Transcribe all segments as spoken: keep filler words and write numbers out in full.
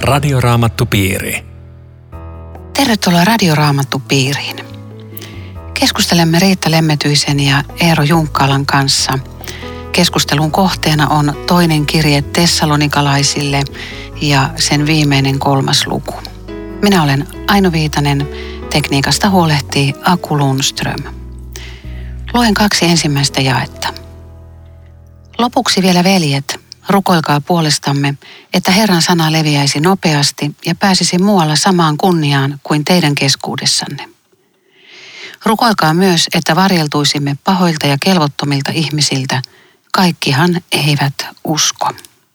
Radioraamattupiiri. Tervetuloa Radioraamattupiiriin. Keskustelemme Riitta Lemmetyisen ja Eero Junkkalan kanssa. Keskustelun kohteena on toinen kirje tessalonikalaisille ja sen viimeinen kolmas luku. Minä olen Aino Viitanen, tekniikasta huolehtii Aku Lundström. Luen kaksi ensimmäistä jaetta. Lopuksi vielä veljet, rukoilkaa puolestamme, että Herran sana leviäisi nopeasti ja pääsisi muualla samaan kunniaan kuin teidän keskuudessanne. Rukoilkaa myös, että varjeltuisimme pahoilta ja kelvottomilta ihmisiltä. Kaikkihan eivät usko.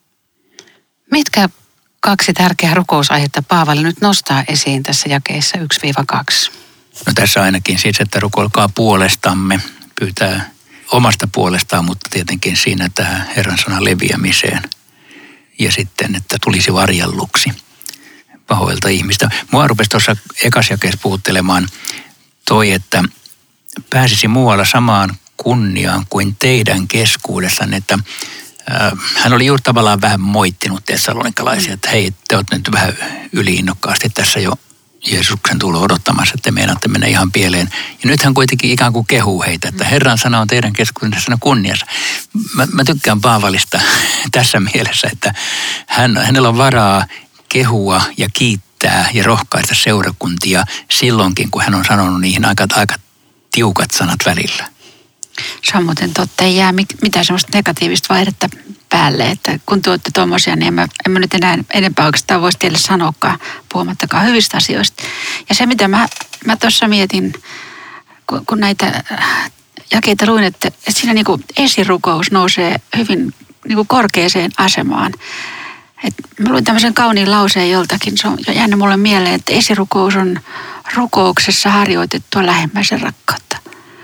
Mitkä kaksi tärkeää rukousaihetta Paavali nyt nostaa esiin tässä jakeessa yksi kaksi? No tässä ainakin siis, että rukoilkaa puolestamme, pyytää omasta puolestaan, mutta tietenkin siinä tämä Herran sanan leviämiseen. Ja sitten, että tulisi varjelluksi pahoilta ihmistä. Mua rupesi tuossa ekassa jakeessa puhuttelemaan toi, että pääsisi muualla samaan kunniaan kuin teidän keskuudessanne, että äh, hän oli juuri tavallaan vähän moittinut tessalonikkalaisia, että hei, te olette nyt vähän yliinnokkaasti tässä jo Jeesuksen tulo odottamassa, että te meinaatte mennä ihan pieleen. Ja nyt hän kuitenkin ikään kuin kehuu heitä, että Herran sana on teidän keskuudessanne kunniassa. Mä, mä tykkään Paavalista tässä mielessä, että hän, hänellä on varaa kehua ja kiittää ja rohkaista seurakuntia silloinkin, kun hän on sanonut niihin aika, aika tiukat sanat välillä. Se on muuten totta, ei jää mitään semmoista negatiivista vaihdetta päälle, että kun tuotte tuommoisia, niin en mä, en mä nyt enää enempää oikeastaan voisi teille sanoakaan, puhumattakaan hyvistä asioista. Ja se, mitä mä, mä tuossa mietin, kun, kun näitä jakeita luin, että, että siinä niin kuin esirukous nousee hyvin niin kuin korkeaseen asemaan. Et mä luin tämmöisen kauniin lauseen joltakin, se on jäänyt mulle mieleen, että esirukous on rukouksessa harjoitettua lähimmäisen rakkautta.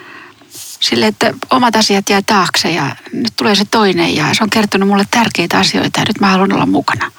Sille, että omat asiat jää taakse ja nyt tulee se toinen ja se on kertonut mulle tärkeitä asioita ja nyt mä haluan olla mukana.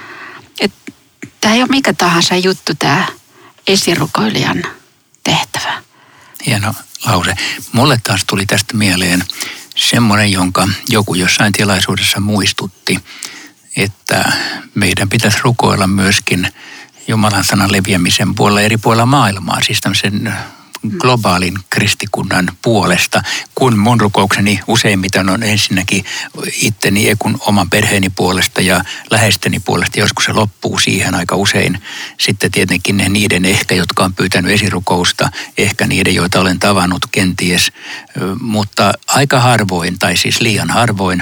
Tämä ei ole mikä tahansa juttu, tämä esirukoilijan tehtävä. Hieno lause. Mulle taas tuli tästä mieleen semmoinen, jonka joku jossain tilaisuudessa muistutti, että meidän pitäisi rukoilla myöskin Jumalan sanan leviämisen puolella eri puolilla maailmaa, siis tämmöisen globaalin kristikunnan puolesta, kun mun rukoukseni useimmiten on ensinnäkin itteni ja kun oman perheeni puolesta ja läheisteni puolesta. Joskus se loppuu siihen aika usein. Sitten tietenkin ne niiden ehkä, jotka on pyytänyt esirukousta, ehkä niiden, joita olen tavannut kenties, mutta aika harvoin, tai siis liian harvoin,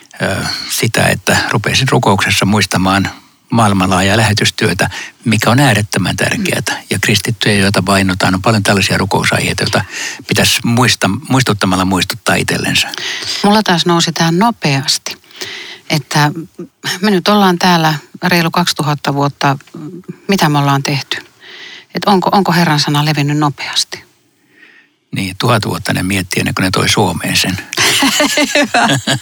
sitä, että rupesin rukouksessa muistamaan maailmanlaajaa lähetystyötä, mikä on äärettömän tärkeää. Ja kristittyjä, joita vainotaan, on paljon tällaisia rukousaiheita, joita pitäisi muista, muistuttamalla muistuttaa itsellensä. Mulla taas nousi tämä nopeasti, että me nyt ollaan täällä reilu kaksituhatta vuotta, mitä me ollaan tehty? Että onko, onko Herran sana levinnyt nopeasti? Niin, tuhat vuotta ne miettii ennen kuin ne toi Suomeen sen. Hyvä.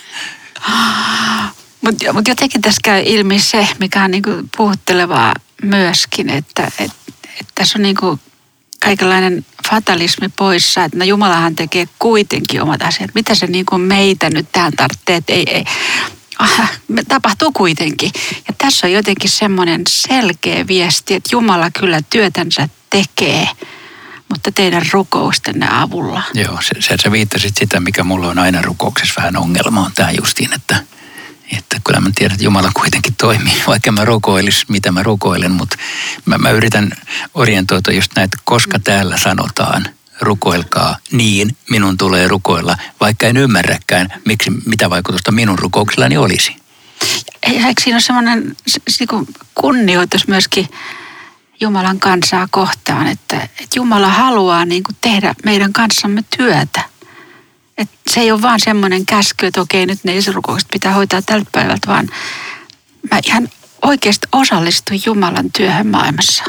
Mutta mut jotenkin tässä käy ilmi se, mikä on niinku puhuttelevaa myöskin, että et, et tässä on niinku kaikenlainen fatalismi poissa, että no Jumalahan tekee kuitenkin omat asiat. Mitä se niinku meitä nyt tähän tarvitsee, että ei, ei. Ah, tapahtuu kuitenkin. Ja tässä on jotenkin semmoinen selkeä viesti, että Jumala kyllä työtänsä tekee, mutta teidän rukoustenne avulla. Joo, sä, sä viittasit sitä, mikä mulla on aina rukouksessa vähän ongelma, on tämä justiin, että Että kyllä mä tiedän, että Jumala kuitenkin toimii, vaikka mä rukoilis, mitä mä rukoilen, mutta mä, mä yritän orientoitua just näitä, koska täällä sanotaan, rukoilkaa niin, minun tulee rukoilla, vaikka en ymmärräkään, miksi, mitä vaikutusta minun rukouksellani olisi. Eikö siinä ole semmoinen kunnioitus myöskin Jumalan kansaa kohtaan, että, että Jumala haluaa niin kuin tehdä meidän kanssamme työtä. Että se ei ole vaan semmoinen käsky, että okei, nyt ne esirukoukset pitää hoitaa tältä päivältä, vaan mä ihan oikeasti osallistun Jumalan työhön maailmassa.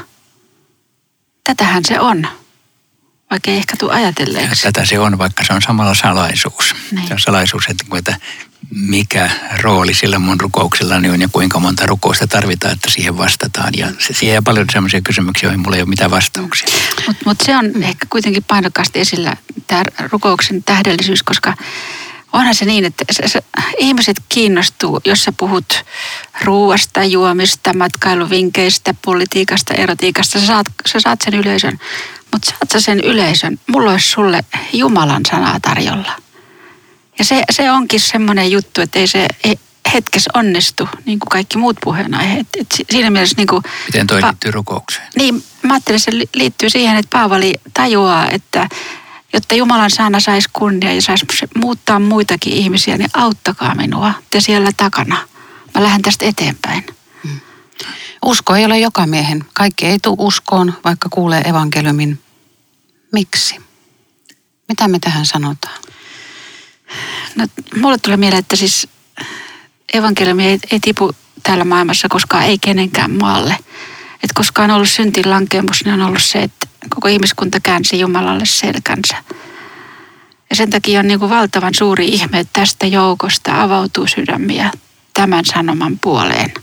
Tätähän se on, vaikka ei ehkä tule ajatelleeksi. Ja tätä se on, vaikka se on samalla salaisuus. Niin. Se on salaisuus, että mikä rooli sillä mun rukouksellani on ja kuinka monta rukousta tarvitaan, että siihen vastataan. Ja siihen on paljon sellaisia kysymyksiä, joihin mulla ei ole mitään vastauksia. Mutta mut se on ehkä kuitenkin painokkaasti esillä, tämä rukouksen tähdellisyys, koska onhan se niin, että se, se, ihmiset kiinnostuu, jos sä puhut ruuasta, juomista, matkailuvinkeistä, politiikasta, erotiikasta. Sä saat, sä saat sen yleisön, mutta saat sä sen yleisön. Mulla olisi sulle Jumalan sanaa tarjolla. Ja se, se onkin semmoinen juttu, että ei se ei hetkessä onnistu, niin kuin kaikki muut puheenaiheet. Et siinä mielessä niin kuin, miten toi liittyy rukoukseen? Niin, mä ajattelin, että se liittyy siihen, että Paavali tajuaa, että jotta Jumalan sana saisi kunnia ja saisi muuttaa muitakin ihmisiä, niin auttakaa minua te siellä takana. Mä lähden tästä eteenpäin. Hmm. Usko ei ole jokamiehen. Kaikki ei tule uskoon, vaikka kuulee evankeliumin. Miksi? Mitä me tähän sanotaan? No, mulle tulee mieleen, että siis evankeliumi ei, ei tipu täällä maailmassa koskaan, ei kenenkään maalle. Että koska on ollut syntin lankemus, niin on ollut se, että koko ihmiskunta käänsi Jumalalle selkänsä. Ja sen takia on niin kuin valtavan suuri ihme, että tästä joukosta avautuu sydämiä tämän sanoman puoleen.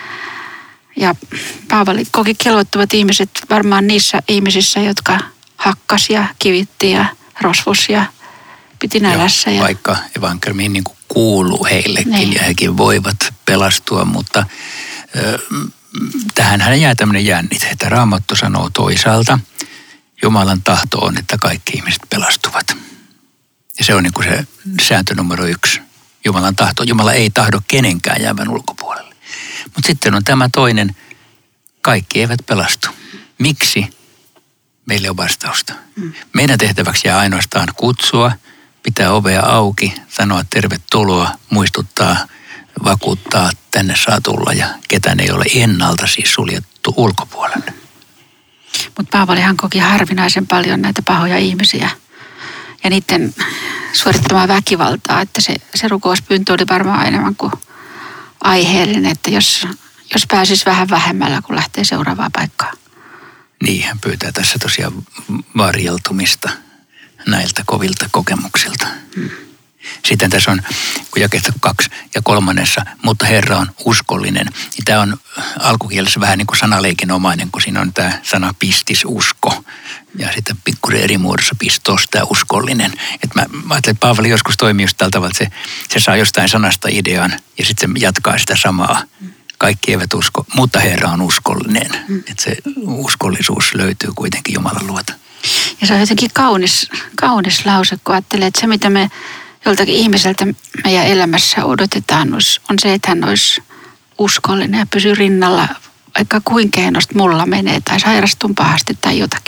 Ja Paavali koki kelvottomat ihmiset varmaan niissä ihmisissä, jotka hakkas ja kivitti ja rosvos ja piti nälässä. Joo, ja vaikka evankeliumiin niin kuin kuuluu heillekin niin. Ja hekin voivat pelastua, mutta ö, tähänhän jää tämmöinen jännite, että Raamattu sanoo toisaalta, Jumalan tahto on, että kaikki ihmiset pelastuvat. Ja se on niin kuin se sääntö numero yksi. Jumalan tahto. Jumala ei tahdo kenenkään jäävän ulkopuolelle. Mutta sitten on tämä toinen, kaikki eivät pelastu. Miksi? Meille on vastausta. Mm. Meidän tehtäväksi jää ainoastaan kutsua, pitää ovea auki, sanoa tervetuloa, muistuttaa, vakuuttaa, tänne saa tulla ja ketään ei ole ennalta siis suljettu ulkopuolelle. Mutta Paavalihan koki harvinaisen paljon näitä pahoja ihmisiä ja niiden suorittamaa väkivaltaa, että se, se rukouspyyntö oli varmaan enemmän kuin aiheellinen, että jos, jos pääsisi vähän vähemmällä, kun lähtee seuraavaan paikkaan. Niin, hän pyytää tässä tosiaan varjeltumista näiltä kovilta kokemuksilta. Hmm. Sitten tässä on, kun jakeesta kaksi ja kolmannessa, mutta Herra on uskollinen. Niin tämä on alkukielessä vähän niin kuin sanaleikinomainen, kun siinä on tämä sana pistisusko. Ja sitten pikkuisen eri muodossa pistos, tämä uskollinen. Et mä, mä ajattelin, että Paavali joskus toimii just tällä tavalla, että se, se saa jostain sanasta idean ja sitten se jatkaa sitä samaa. Kaikki eivät usko, mutta Herra on uskollinen. Hmm. Että se uskollisuus löytyy kuitenkin Jumalan luota. Ja se on jotenkin kaunis, kaunis lause, kun ajattelee, että se mitä me joltakin ihmiseltä meidän elämässä odotetaan on se, että hän olisi uskollinen ja pysyy rinnalla, vaikka kuinka hienosti mulla menee tai sairastun pahasti tai jotakin.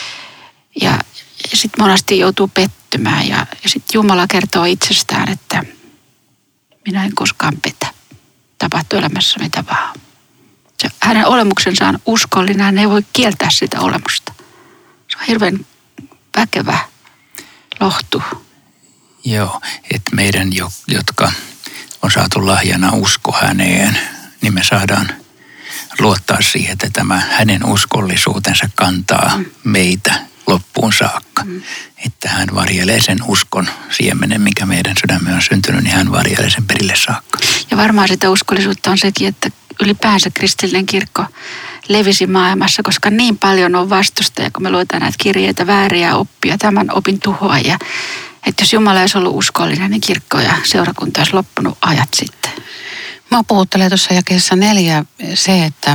Ja, ja sitten monesti joutuu pettymään ja, ja sitten Jumala kertoo itsestään, että minä en koskaan petä. Tapahtuu elämässä mitä vaan. Se, hänen olemuksensa on uskollinen, hän ei voi kieltää sitä olemusta. Se on hirveän väkevä lohtu. Joo, että meidän, jotka on saatu lahjana usko häneen, niin me saadaan luottaa siihen, että tämä hänen uskollisuutensa kantaa mm. meitä loppuun saakka. Mm. Että hän varjelee sen uskon siemenen, mikä meidän sydämme on syntynyt, niin hän varjelee sen perille saakka. Ja varmaan sitä uskollisuutta on sekin, että ylipäänsä kristillinen kirkko levisi maailmassa, koska niin paljon on vastustajia, kun me luetaan näitä kirjeitä, vääriä oppia, tämän opin tuhoajia. Että jos Jumala olisi ollut uskollinen, niin kirkko ja seurakunta olisi loppunut ajat sitten. Mä puhuttelee tuossa jakeessa neljä se, että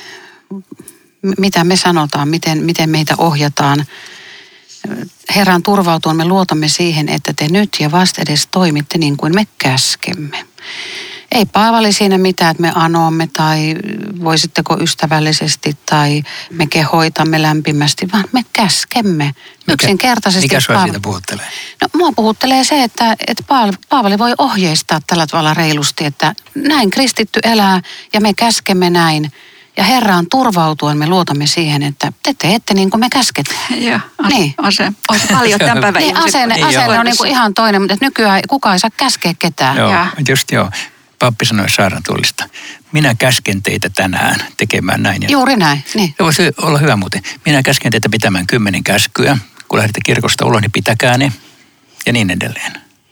mitä me sanotaan, miten, miten meitä ohjataan. Herran turvautuen me luotamme siihen, että te nyt ja vastedes toimitte niin kuin me käskemme. Ei Paavali siinä mitään, että me anomme tai voisitteko ystävällisesti tai me kehoitamme lämpimästi, vaan me käskemme. Mikä, yksinkertaisesti. Mikä sua siitä puhuttelee? No mua puhuttelee se, että, että Paavali voi ohjeistaa tällä tavalla reilusti, että näin kristitty elää ja me käskemme näin. Ja Herraan turvautuen me luotamme siihen, että te teette niin kuin me käsketään. Joo, on, niin. on, se, on se paljon tämän päivän niin, asenne, niin, asenne on niin kuin ihan toinen, mutta nykyään kukaan ei saa käskeä ketään. Joo, ja. just joo. Pappi sanoi saarnatuolista, minä käsken teitä tänään tekemään näin. Ja juuri näin, niin. Se voisi olla hyvä muuten. Minä käsken teitä pitämään kymmenen käskyä. Kun lähdette kirkosta ulos, niin pitäkää ne ja niin edelleen.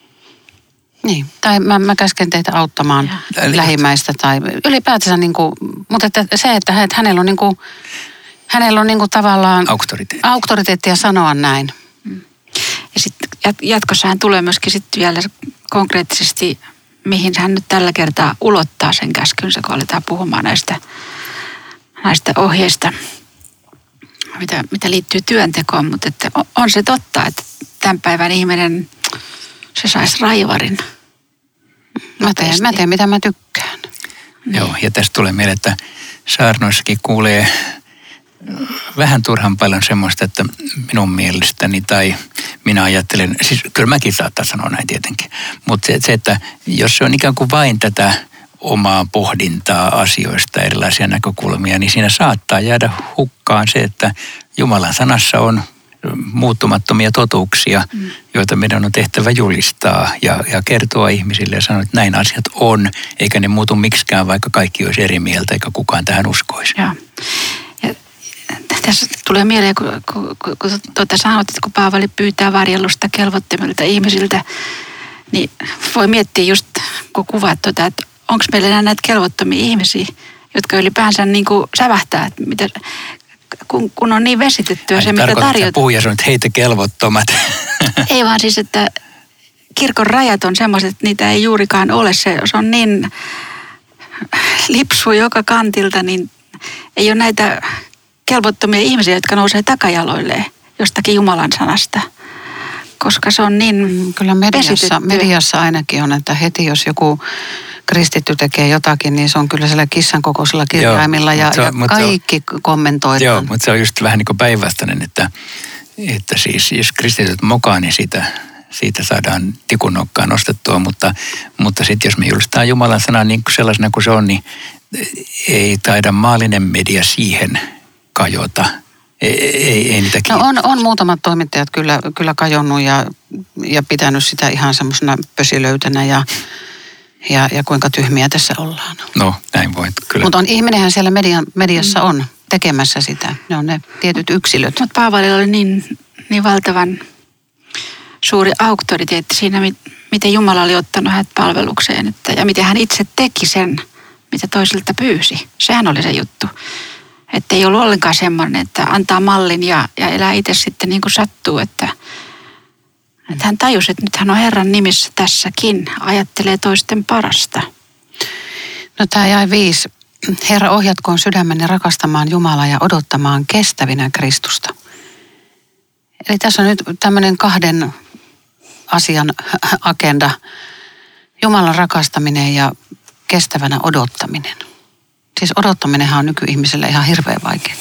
Niin, tai mä, mä käsken teitä auttamaan ja lähimmäistä tai ylipäätänsä niin kuin, mutta että se, että hänellä on niin kuin, hänellä on niin kuin tavallaan auktoriteetti. auktoriteettia sanoa näin. Ja sitten jatkossa hän tulee myöskin sitten vielä konkreettisesti, mihin hän nyt tällä kertaa ulottaa sen käskynsä, kun aletaan puhumaan näistä, näistä ohjeista, mitä, mitä liittyy työntekoon. Mutta että on se totta, että tämän päivän ihminen, se saisi raivarin. Mä teen, mä teen mitä mä tykkään. Niin. Joo, ja tästä tulee mieleen, että saarnoissakin kuulee vähän turhan paljon semmoista, että minun mielestäni tai minä ajattelen, siis kyllä mäkin saattaa sanoa näin tietenkin, mutta se, se, että jos se on ikään kuin vain tätä omaa pohdintaa asioista, erilaisia näkökulmia, niin siinä saattaa jäädä hukkaan se, että Jumalan sanassa on muuttumattomia totuuksia, mm. joita meidän on tehtävä julistaa ja, ja kertoa ihmisille ja sanoa, että näin asiat on, eikä ne muutu miksikään, vaikka kaikki olisi eri mieltä, eikä kukaan tähän uskoisi. Ja, ja tässä tulee mieleen, kun, kun, kun, kun tuota sanot, että kun Paavali pyytää varjelusta kelvottomilta ihmisiltä, niin voi miettiä just, kun kuvaat tuota, että onko meillä enää näitä kelvottomia ihmisiä, jotka ylipäänsä niin kuin sävähtää, että mitä... Kun, kun on niin vesitettyä Ai, se, mitä tarjotaan. Puhuja sanoo, että heitä kelvottomat. Ei vaan siis, että kirkon rajat on semmoiset, että niitä ei juurikaan ole. Se, se on niin lipsu joka kantilta, niin ei ole näitä kelvottomia ihmisiä, jotka nousee takajaloilleen jostakin Jumalan sanasta. Koska se on niin Kyllä mediassa, mediassa ainakin on, että heti jos joku kristitty tekee jotakin, niin se on kyllä siellä kissan kokoisella kirjaimilla ja, ja kaikki on, kommentoidaan. Joo, mutta se on just vähän niin kuin päinvastainen, että, että siis jos kristityt mokaa, niin siitä, siitä saadaan tikun nokkaan nostettua, mutta, mutta sitten jos me julistetaan Jumalan sanaa niin kuin sellaisena kuin se on, niin ei taida maallinen media siihen kajota. Ei, ei, ei niitä no on, on muutamat toimittajat kyllä, kyllä kajonnut ja, ja pitänyt sitä ihan semmoisena pösilöytänä ja Ja, ja kuinka tyhmiä tässä ollaan. No, näin voit kyllä. Mutta on ihminenhän siellä median, mediassa on tekemässä sitä. Ne on ne tietyt yksilöt. Mutta Paavalilla oli niin, niin valtavan suuri auktoriteetti siinä, miten Jumala oli ottanut hänet palvelukseen. Että, ja miten hän itse teki sen, mitä toisilta pyysi. Sehän oli se juttu. Että ei ollut ollenkaan semmoinen, että antaa mallin ja, ja elää itse sitten niin kuin sattuu, että... Että hän tajusi, että nyt hän on Herran nimissä tässäkin, ajattelee toisten parasta. No tämä jäi viisi. Herra, ohjatkoon sydämenne rakastamaan Jumalaa ja odottamaan kestävinä Kristusta. Eli tässä on nyt tämmöinen kahden asian agenda. Jumalan rakastaminen ja kestävänä odottaminen. Siis odottaminenhan on nykyihmiselle ihan hirveän vaikeaa.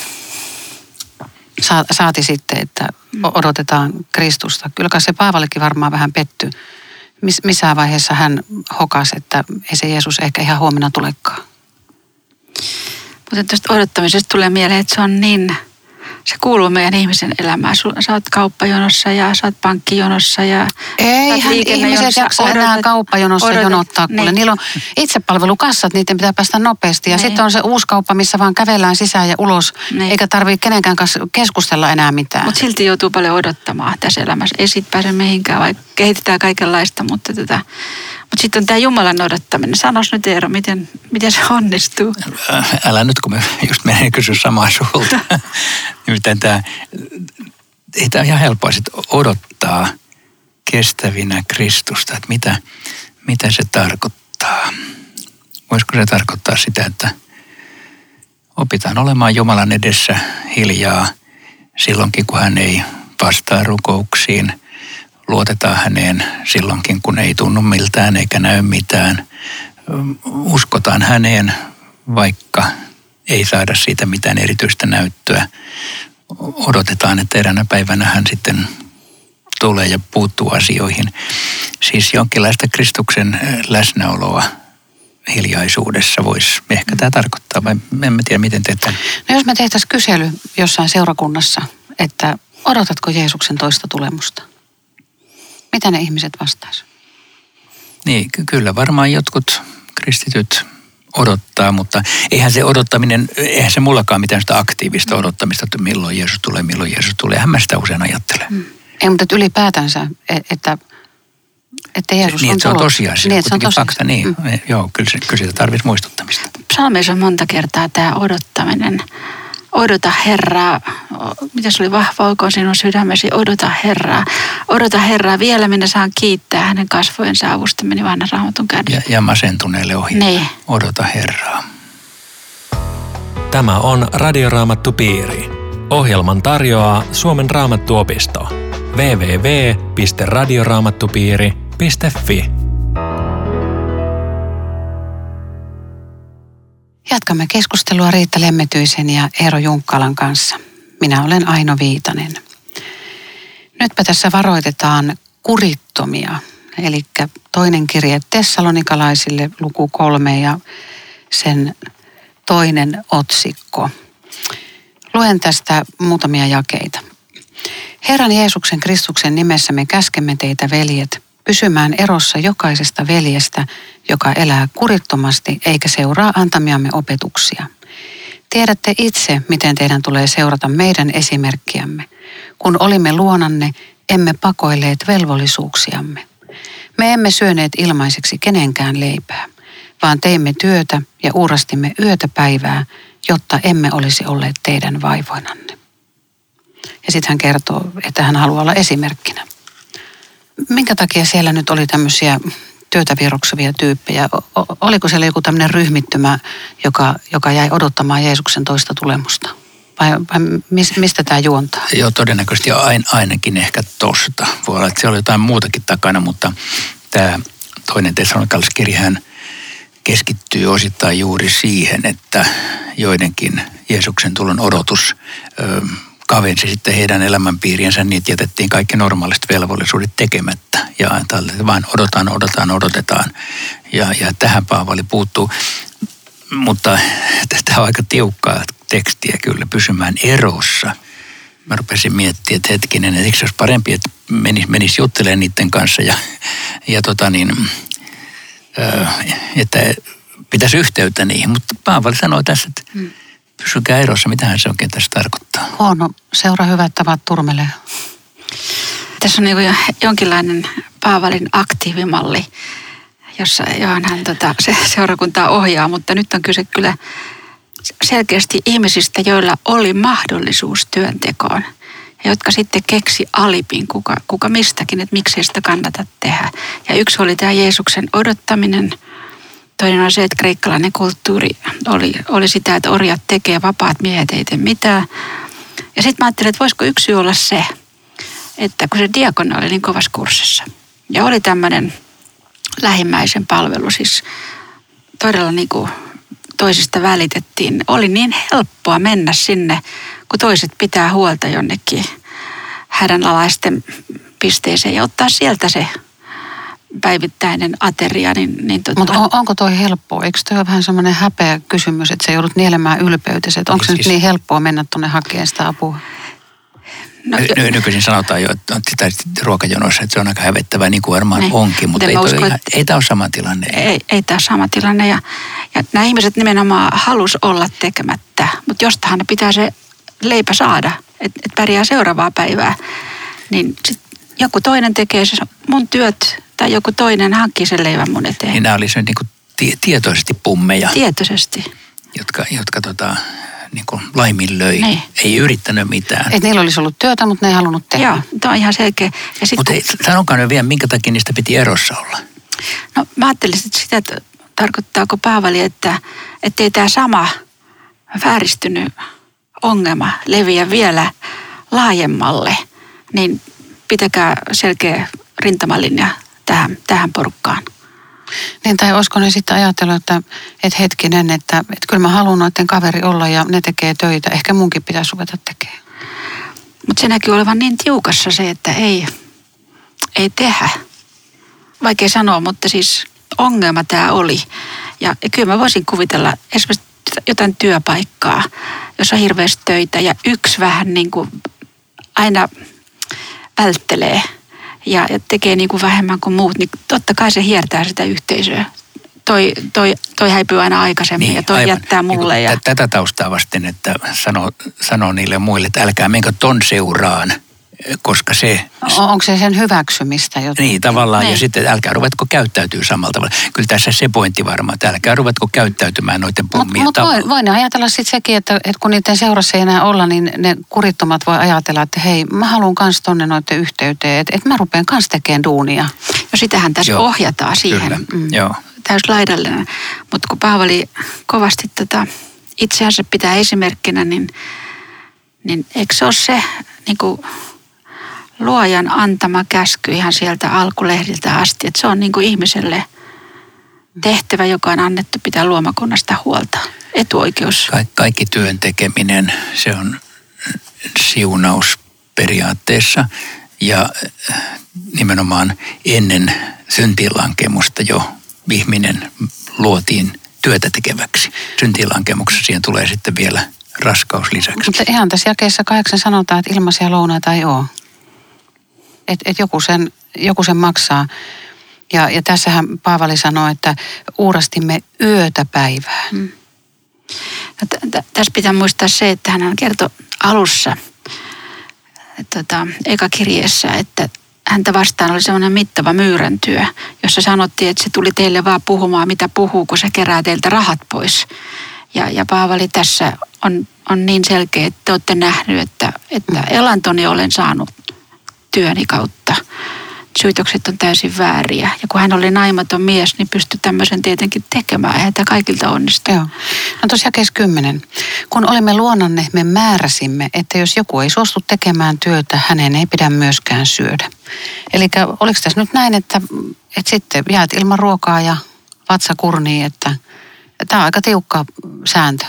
Saati sitten, että odotetaan Kristusta. Kyllä se Paavallekin varmaan vähän pettyi. Miss, missään vaiheessa hän hokasi, että ei se Jeesus ehkä ihan huomenna tulekaan. Mutta tuosta odottamisesta tulee mieleen, että se on niin, se kuuluu meidän ihmisen elämään. Sä oot kauppajonossa ja sä oot pankkijonossa ja... Eihän ihmiset jaksa enää kauppajonossa odotet, jonottaa, kuule. Niin. Niillä on itsepalvelukassat, niiden pitää päästä nopeasti. Ja niin. Sitten on se uusi kauppa, missä vaan kävellään sisään ja ulos, niin. Eikä tarvitse kenenkään kanssa keskustella enää mitään. Mutta silti joutuu paljon odottamaan tässä elämässä. Ei siitä pääse mihinkään, vaikka kehitetään kaikenlaista, mutta tota... Mutta sitten on tämä Jumalan odottaminen. Sanois nyt Eero, miten, miten se onnistuu? Älä nyt, kun me just menen kysyä samaa sulta. Nimittäin tämä, ei tämä ihan helppoa sit odottaa kestävinä Kristusta, että mitä, mitä se tarkoittaa. Voisiko se tarkoittaa sitä, että opitaan olemaan Jumalan edessä hiljaa silloinkin, kun hän ei vastaa rukouksiin. Luotetaan häneen silloinkin, kun ei tunnu miltään eikä näy mitään. Uskotaan häneen, vaikka ei saada siitä mitään erityistä näyttöä. Odotetaan, että eräänä päivänä hän sitten tulee ja puuttuu asioihin. Siis jonkinlaista Kristuksen läsnäoloa hiljaisuudessa voisi ehkä tämä tarkoittaa, vai en mä tiedä, miten teet tämän. No jos me tehtäisiin kysely jossain seurakunnassa, että odotatko Jeesuksen toista tulemusta? Mitä ne ihmiset vastaisivat? Niin, ky- kyllä varmaan jotkut kristityt odottaa, mutta eihän se odottaminen, eihän se mullakaan mitään sitä aktiivista odottamista, että milloin Jeesus tulee, milloin Jeesus tulee. Eihän mä sitä usein ajattele. Hmm. Ei, mutta ylipäätänsä, että, että Jeesus niin, on että se on tosiasia, niin, että se on tosiasia. Fakta, niin. Mm. Joo, kyllä, se, kyllä sitä tarvitsisi muistuttamista. Psalmeissa on monta kertaa tämä odottaminen. Odota Herraa. Mitä se oli? Vahva olkoon sinun sydämesi. Odota Herraa. Odota Herraa. Vielä minä saan kiittää hänen kasvojensa avusta. Meni vanhan Raamatun kädessä. Ja, ja masentuneelle ohi. Niin. Odota Herraa. Tämä on Radioraamattupiiri. Ohjelman tarjoaa Suomen Raamattuopisto. double-u double-u double-u piste radioraamattupiiri piste fi. Jatkamme keskustelua Riitta Lemmetyisen ja Eero Junkkalan kanssa. Minä olen Aino Viitanen. Nytpä tässä varoitetaan kurittomia, eli toinen kirje tessalonikalaisille luku kolme ja sen toinen otsikko. Luen tästä muutamia jakeita. Herran Jeesuksen Kristuksen nimessä me käskemme teitä, veljet, pysymään erossa jokaisesta veljestä, joka elää kurittomasti eikä seuraa antamiamme opetuksia. Tiedätte itse, miten teidän tulee seurata meidän esimerkkiämme. Kun olimme luonanne, emme pakoilleet velvollisuuksiamme. Me emme syöneet ilmaiseksi kenenkään leipää, vaan teimme työtä ja uurastimme yötä päivää, jotta emme olisi olleet teidän vaivoinanne. Ja sitten hän kertoo, että hän haluaa olla esimerkkinä. Minkä takia siellä nyt oli tämmöisiä työtä vieroksuvia tyyppejä? O- oliko siellä joku tämmöinen ryhmittymä, joka, joka jäi odottamaan Jeesuksen toista tulemusta? Vai, vai mis, mistä tämä juontaa? Joo, todennäköisesti ain, ainakin ehkä tosta. Voi olla, että siellä oli jotain muutakin takana, mutta tämä toinen tessalonikalaiskirjahan keskittyy osittain juuri siihen, että joidenkin Jeesuksen tulon odotus ö, kavensi sitten heidän elämänpiiriensä, niin jätettiin kaikki normaaliset velvollisuudet tekemättä. Ja ajateltiin, vaan odotaan, odotaan, odotetaan. Ja, ja tähän Paavali puuttuu. Mutta tämä on aika tiukkaa tekstiä kyllä, pysymään erossa. Mä rupesin miettimään, että hetkinen, että eikö se olisi parempi, että menisi, menisi juttelemaan niiden kanssa ja, ja tota niin, ö, että pitäisi yhteyttä niihin. Mutta Paavali sanoi tässä, että hmm. pysykää erossa. Mitähän se oikein tässä tarkoittaa? Huono, seura hyvät tavat turmelee. Tässä on niin jonkinlainen Paavalin aktiivimalli, jossa johon hän tota, se seurakuntaa ohjaa, mutta nyt on kyse kyllä selkeästi ihmisistä, joilla oli mahdollisuus työntekoon ja jotka sitten keksi alipin kuka, kuka mistäkin, että miksei sitä kannata tehdä. Ja yksi oli tämä Jeesuksen odottaminen. Toinen on se, että kreikkalainen kulttuuri oli, oli sitä, että orjat tekee, vapaat miehet ei tee mitään. Ja sitten mä ajattelin, että voisiko yksi syy olla se, että kun se diakona oli niin kovassa kurssissa ja oli tämmöinen lähimmäisen palvelu, siis todella niin kuin toisista välitettiin. Oli niin helppoa mennä sinne, kun toiset pitää huolta jonnekin hädänalaisten pisteeseen ja ottaa sieltä se päivittäinen ateria. Niin, niin tota... Mutta on, onko toi helppoa? Eikö toi ole vähän semmoinen häpeä kysymys, että sä joudut nielemään ylpeytesi? Että onko se siis... nyt niin helppoa mennä tuonne hakemaan sitä apua? No, Ny- nykyisin sanotaan jo, että sitä ruokajonoissa, että se on aika hävettävää, niin kuin varmaan niin onkin, mutta ei, usko, ihan, ei tämä ole sama tilanne. Ei, ei tämä ole sama tilanne ja, ja nämä ihmiset nimenomaan halus olla tekemättä, mutta jostahan ne pitää se leipä saada, että et pärjää seuraavaa päivää. Niin sit joku toinen tekee se mun työt tai joku toinen hankkii sen leivän mun eteen. Niin nämä olisivat niin kuin tie- tietoisesti pummeja. Tietoisesti. Jotka, jotka tota... niin kuin laiminlöi, niin. Ei yrittänyt mitään. Että niillä olisi ollut työtä, mutta ne ei halunnut tehdä. Joo, tämä on ihan selkeä. Mutta kun... sanokaa nyt vielä, minkä takia niistä piti erossa olla? No mä ajattelin että sitä, että tarkoittaako Paavali, että ei tämä sama vääristynyt ongelma leviä vielä laajemmalle, niin pitäkää selkeä rintamalinja tähän, tähän porukkaan. Niin, tai olisiko ne sitten ajatellut, että, että hetkinen, että, että kyllä mä haluan noiden kaveri olla ja ne tekee töitä. Ehkä munkin pitäisi ruveta tekemään. Mutta se näkyy olevan niin tiukassa se, että ei, ei tehdä. Vaikea sanoa, mutta siis ongelma tämä oli. Ja, ja kyllä mä voisin kuvitella esimerkiksi jotain työpaikkaa, jossa on hirveästi töitä ja yksi vähän niin kuin aina välttelee. Ja, ja tekee niin kuin vähemmän kuin muut, niin totta kai se hiertää sitä yhteisöä. Toi, toi, toi häipyy aina aikaisemmin niin, ja toi aivan. jättää mulle. Niin, ja... Tätä taustaa vasten, että sanoo, sanoo niille muille, että älkää menkö ton seuraan. koska se... On, onko se sen hyväksymistä jotenkin? Niin, tavallaan. Ne. Ja sitten älkää ruvetko käyttäytyy samalla tavalla. Kyllä tässä se pointti varmaan, että älkää ruvetko käyttäytymään noiden pommien Mutta mut voi, voi ne ajatella sitten sekin, että, että kun niiden seurassa ei enää olla, niin ne kurittomat voi ajatella, että hei, mä haluan kans tonne noiden yhteyteen, että, että mä rupean kans tekemään duunia. No sitähän tässä Joo, ohjataan siihen. Kyllä, mm. joo. Täyslaidallinen. Mutta kun Paavali kovasti tota, itseänsä pitää esimerkkinä, niin, niin eikö se ole se niin kuin luojan antama käsky ihan sieltä alkulehdiltä asti, että se on niin kuin ihmiselle tehtävä, joka on annettu pitää luomakunnasta huolta. Etuoikeus. Ka- kaikki työn tekeminen, se on siunaus periaatteessa ja nimenomaan ennen syntiinlankemusta jo ihminen luotiin työtä tekeväksi. Syntiinlankemuksessa siihen tulee sitten vielä raskaus lisäksi. Mutta ihan tässä jakeessa kahdeksan sanotaan, että ilmaisia lounaita ei ole. Että et joku, sen, joku sen maksaa. Ja, ja tässähän Paavali sanoo, että uurastimme yötä päivää. Hmm. No, t- t- tässä pitää muistaa se, että hän kertoi alussa tota, eka kirjeessä, että häntä vastaan oli semmoinen mittava myyräntyö, jossa sanottiin, että se tuli teille vaan puhumaan, mitä puhuu, kun se kerää teiltä rahat pois. Ja, ja Paavali tässä on, on niin selkeä, että te olette nähnyt, että, että elantoni olen saanut työni kautta. Syytökset on täysin vääriä. Ja kun hän oli naimaton mies, niin pystyi tämmöisen tietenkin tekemään. Eihän tämä kaikilta onnistu. Joo. No tuossa jakeessa kymmenen. Kun olimme luonanne, me määräsimme, että jos joku ei suostu tekemään työtä, hänen ei pidä myöskään syödä. Eli oliko tässä nyt näin, että, että sitten jäät ilman ruokaa ja vatsa kurnii, että tämä on aika tiukka sääntö.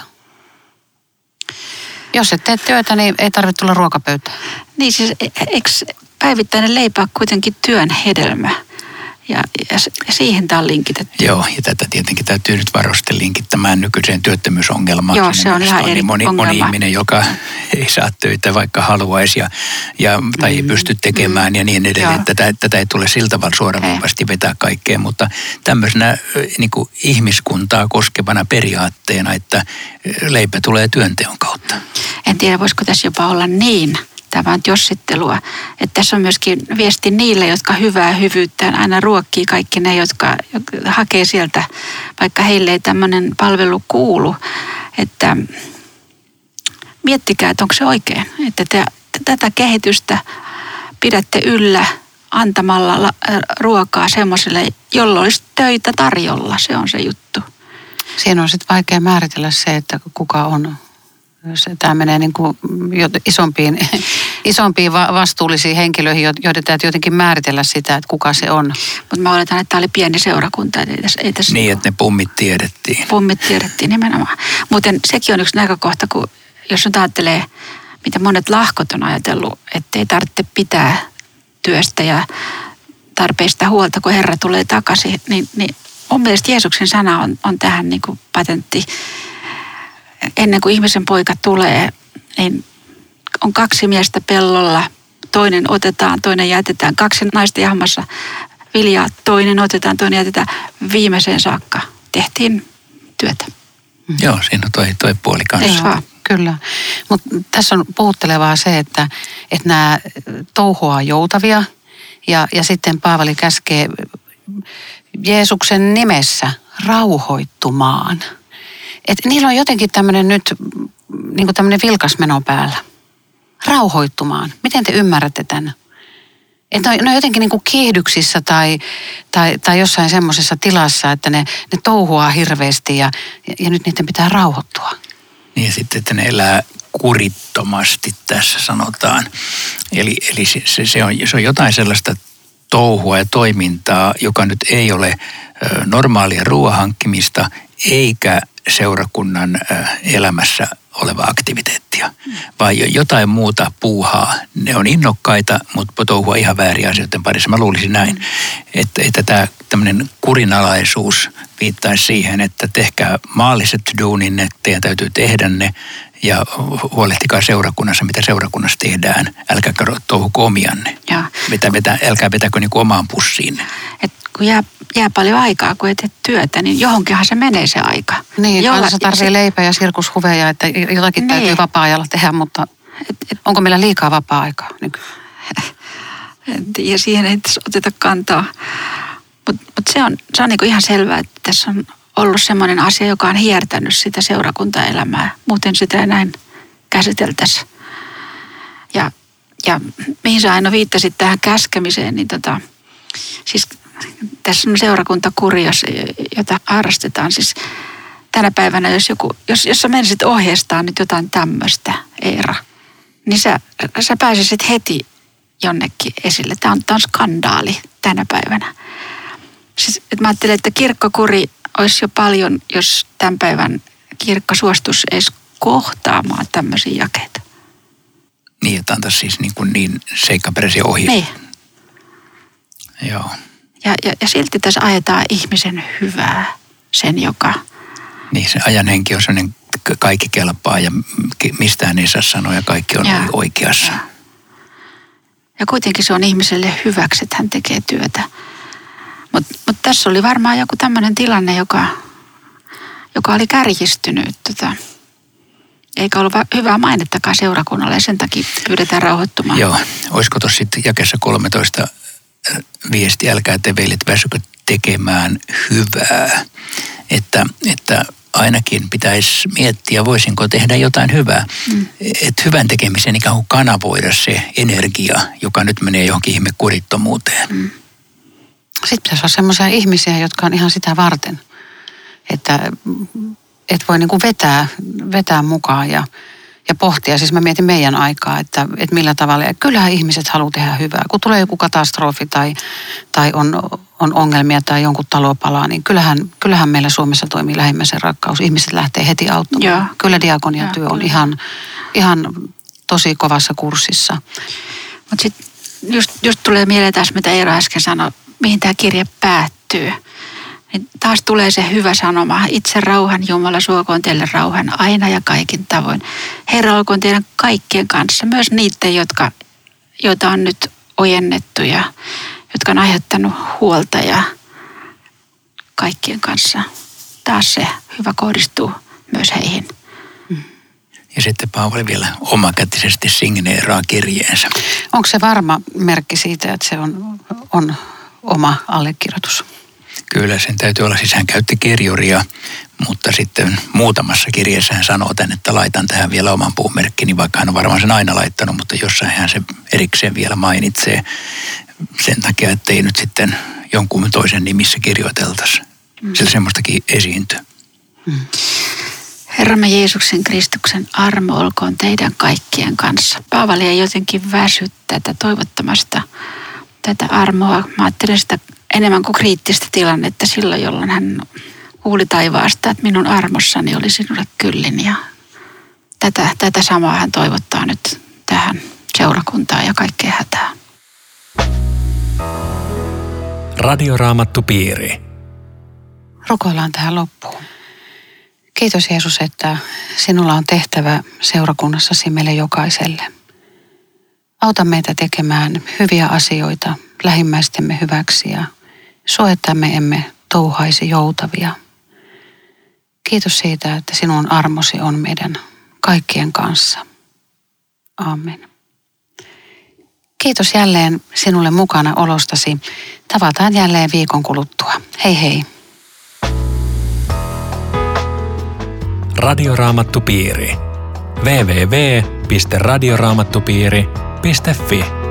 Jos et tee työtä, niin ei tarvitse tulla ruokapöytään. Niin siis, eikö päivittäinen leipä ole kuitenkin työn hedelmä? Ja, ja siihen tämä on linkitetty. Joo, ja tätä tietenkin täytyy nyt varosti linkittämään nykyiseen työttömyysongelmaan. Joo, se on ihan eri niin moni, ongelma. moni ihminen, joka ei saa töitä, vaikka haluaisi ja, ja, tai mm. ei pysty tekemään mm. ja niin edelleen. Tätä, tätä ei tule siltä tavalla suoraviivaisesti vetää kaikkeen, mutta tämmöisenä niin kuin ihmiskuntaa koskevana periaatteena, että leipä tulee työnteon kautta. En tiedä, voisiko tässä jopa olla niin, tämä on jossittelua, että tässä on myöskin viesti niille, jotka hyvää hyvyyttään aina ruokkii kaikki ne, jotka hakee sieltä, vaikka heille ei tämmöinen palvelu kuulu, että miettikää, että onko se oikein, että te tätä kehitystä pidätte yllä antamalla ruokaa semmoiselle, jolla olisi töitä tarjolla, se on se juttu. Siinä on sitten vaikea määritellä se, että kuka on. Tämä menee niin kuin isompiin, isompiin vastuullisiin henkilöihin, joiden täytyy jotenkin määritellä sitä, että kuka se on. Mutta mä oletan, että tämä oli pieni seurakunta. Ei tässä, ei tässä niin, että ne pummit tiedettiin. Pummit tiedettiin nimenomaan. Muuten sekin on yksi näkökohta, kun jos nyt ajattelee, mitä monet lahkot on ajatellut, että ei tarvitse pitää työstä ja tarpeista huolta, kun Herra tulee takaisin, niin, niin mun mielestä Jeesuksen sana on, on tähän niin kuin patentti. Ennen kuin ihmisen poika tulee, niin on kaksi miestä pellolla, toinen otetaan, toinen jätetään. Kaksi naista jahmassa viljaa, toinen otetaan, toinen jätetään. Viimeiseen saakka tehtiin työtä. Mm. Joo, siinä on toi, toi puoli kanssa. Joo, kyllä. Mutta tässä on puhuttelevaa se, että, että nämä touhuaa joutavia ja, ja sitten Paavali käskee Jeesuksen nimessä rauhoittumaan. Että niillä on jotenkin tämmöinen nyt niin kuin tämmöinen vilkas meno päällä. Rauhoittumaan. Miten te ymmärrätte tämän? Että ne on jotenkin niin kuin kiihdyksissä tai, tai, tai jossain semmoisessa tilassa, että ne, ne touhuaa hirveästi ja, ja nyt niiden pitää rauhoittua. Niin ja sitten, että ne elää kurittomasti tässä sanotaan. Eli, eli se, se, on, se on jotain sellaista touhua ja toimintaa, joka nyt ei ole normaalia ruoan hankkimista eikä seurakunnan elämässä oleva aktiviteettia, vai jotain muuta puuhaa. Ne on innokkaita, mutta touhua ihan väärin asioiden parissa. Mä luulisin näin, että, että tämä tämmöinen kurinalaisuus viittaisi siihen, että tehkää maalliset duuninne, teidän täytyy tehdä ne, ja huolehtikaa seurakunnassa, mitä seurakunnassa tehdään. Älkää touhuko omianne. Ja. Vetä, vetä, älkää vetäkö niin kuin omaan pussiinne. Et kun jää, jää paljon aikaa, kun et tee työtä, niin johonkinhan se menee se aika. Niin, kanssa tarvitsee se... leipää ja sirkushuveja, että jotakin niin. täytyy vapaa-ajalla tehdä, mutta et, et, onko meillä liikaa vapaa-aikaa nykyään? Ja siihen ei tässä oteta kantaa. Mutta mut se on, se on niinku ihan selvää, että tässä on ollut semmoinen asia, joka on hiertänyt sitä seurakuntaelämää. Muuten sitä ei näin käsiteltäisiin. Ja, ja mihin sä Aino viittasit tähän käskemiseen, niin tota, siis tässä on seurakuntakuri, jota harrastetaan. Siis tänä päivänä, jos, joku, jos, jos sä menisit ohjeistaan nyt jotain tämmöistä, Eera, niin sä, sä pääsisit heti jonnekin esille. Tämä on, tämä on skandaali tänä päivänä. Siis, että mä ajattelen, että kirkkokuri olisi jo paljon, jos tämän päivän kirkko suostuisi edes kohtaamaan tämmöisiä jakeita. Niin, että antaisi siis niin, kuin niin seikkaperäisiä ohjeita. Niin. Joo. Ja, ja, ja silti tässä ajetaan ihmisen hyvää, sen joka... Niin, se ajan henki on sellainen, kaikki kelpaa ja mistään ei saa sanoa ja kaikki on ja, oikeassa. Ja. ja kuitenkin se on ihmiselle hyväksi, että hän tekee työtä. Mutta mut tässä oli varmaan joku tämmöinen tilanne, joka, joka oli kärjistynyt. Tota, eikä ollut hyvää mainettakaan seurakunnalle ja sen takia pyydetään rauhoittumaan. Joo, olisiko tuossa sitten jakessa kolmetoista viesti, älkää te veljet väsykö tekemään hyvää. Että, että ainakin pitäisi miettiä, voisinko tehdä jotain hyvää. Mm. Että hyvän tekemisen ikään kuin kanavoida se energia, joka nyt menee johonkin ihme kurittomuuteen. Mm. Sitten pitäisi olla sellaisia ihmisiä, jotka on ihan sitä varten, että et voi niinku vetää, vetää mukaan ja, ja pohtia. Siis mä mietin meidän aikaa, että, että millä tavalla. Ja kyllähän ihmiset haluaa tehdä hyvää. Kun tulee joku katastrofi tai, tai on, on ongelmia tai jonkun talo palaa, niin kyllähän, kyllähän meillä Suomessa toimii lähimmäisen rakkaus. Ihmiset lähtee heti auttamaan. Joo. Kyllä diakonian työ on ihan, ihan tosi kovassa kurssissa. Mutta sitten just, just tulee mieleen taas, mitä Eero äsken sanoi, mihin tämä kirje päättyy. Niin taas tulee se hyvä sanoma. Itse rauhan Jumala suokoon teille rauhan aina ja kaikin tavoin. Herra olkoon teidän kaikkien kanssa, myös niiden, jotka, joita on nyt ojennettu ja jotka on aiheuttanut huolta ja kaikkien kanssa. Taas se hyvä kohdistuu myös heihin. Ja sitten Paavali vielä omakätisesti signeeraa kirjeensä. Onko se varma merkki siitä, että se on, on oma allekirjoitus? Kyllä, sen täytyy olla. Siis hän käytti kirjuria, mutta sitten muutamassa kirjeessä hän sanoo tämän, että laitan tähän vielä oman puumerkkini, vaikka hän on varmaan sen aina laittanut, mutta jossain hän se erikseen vielä mainitsee sen takia, ettei nyt sitten jonkun toisen nimissä kirjoiteltaisi. Mm. Sillä semmoistakin esiintyy. Mm. Herramme Jeesuksen Kristuksen armo olkoon teidän kaikkien kanssa. Paavali ei jotenkin väsy tätä toivottamasta, tätä armoa. Mä ajattelen sitä enemmän kuin kriittistä tilannetta silloin, jolloin hän kuuli taivaasta, että minun armossani oli sinulle kyllin. Ja tätä, tätä samaa hän toivottaa nyt tähän seurakuntaan ja kaikkeen hätään. Radioraamattupiiri. Rukoillaan tähän loppuun. Kiitos Jeesus, että sinulla on tehtävä seurakunnassasi meille jokaiselle. Auta meitä tekemään hyviä asioita lähimmäistemme hyväksi ja suojattamme emme touhaisi joutavia. Kiitos siitä, että sinun armosi on meidän kaikkien kanssa. Aamen. Kiitos jälleen sinulle mukana olostasi. Tavataan jälleen viikon kuluttua. Hei hei. Radioraamattupiiri. double-u double-u double-u piste radioraamattupiiri piste fi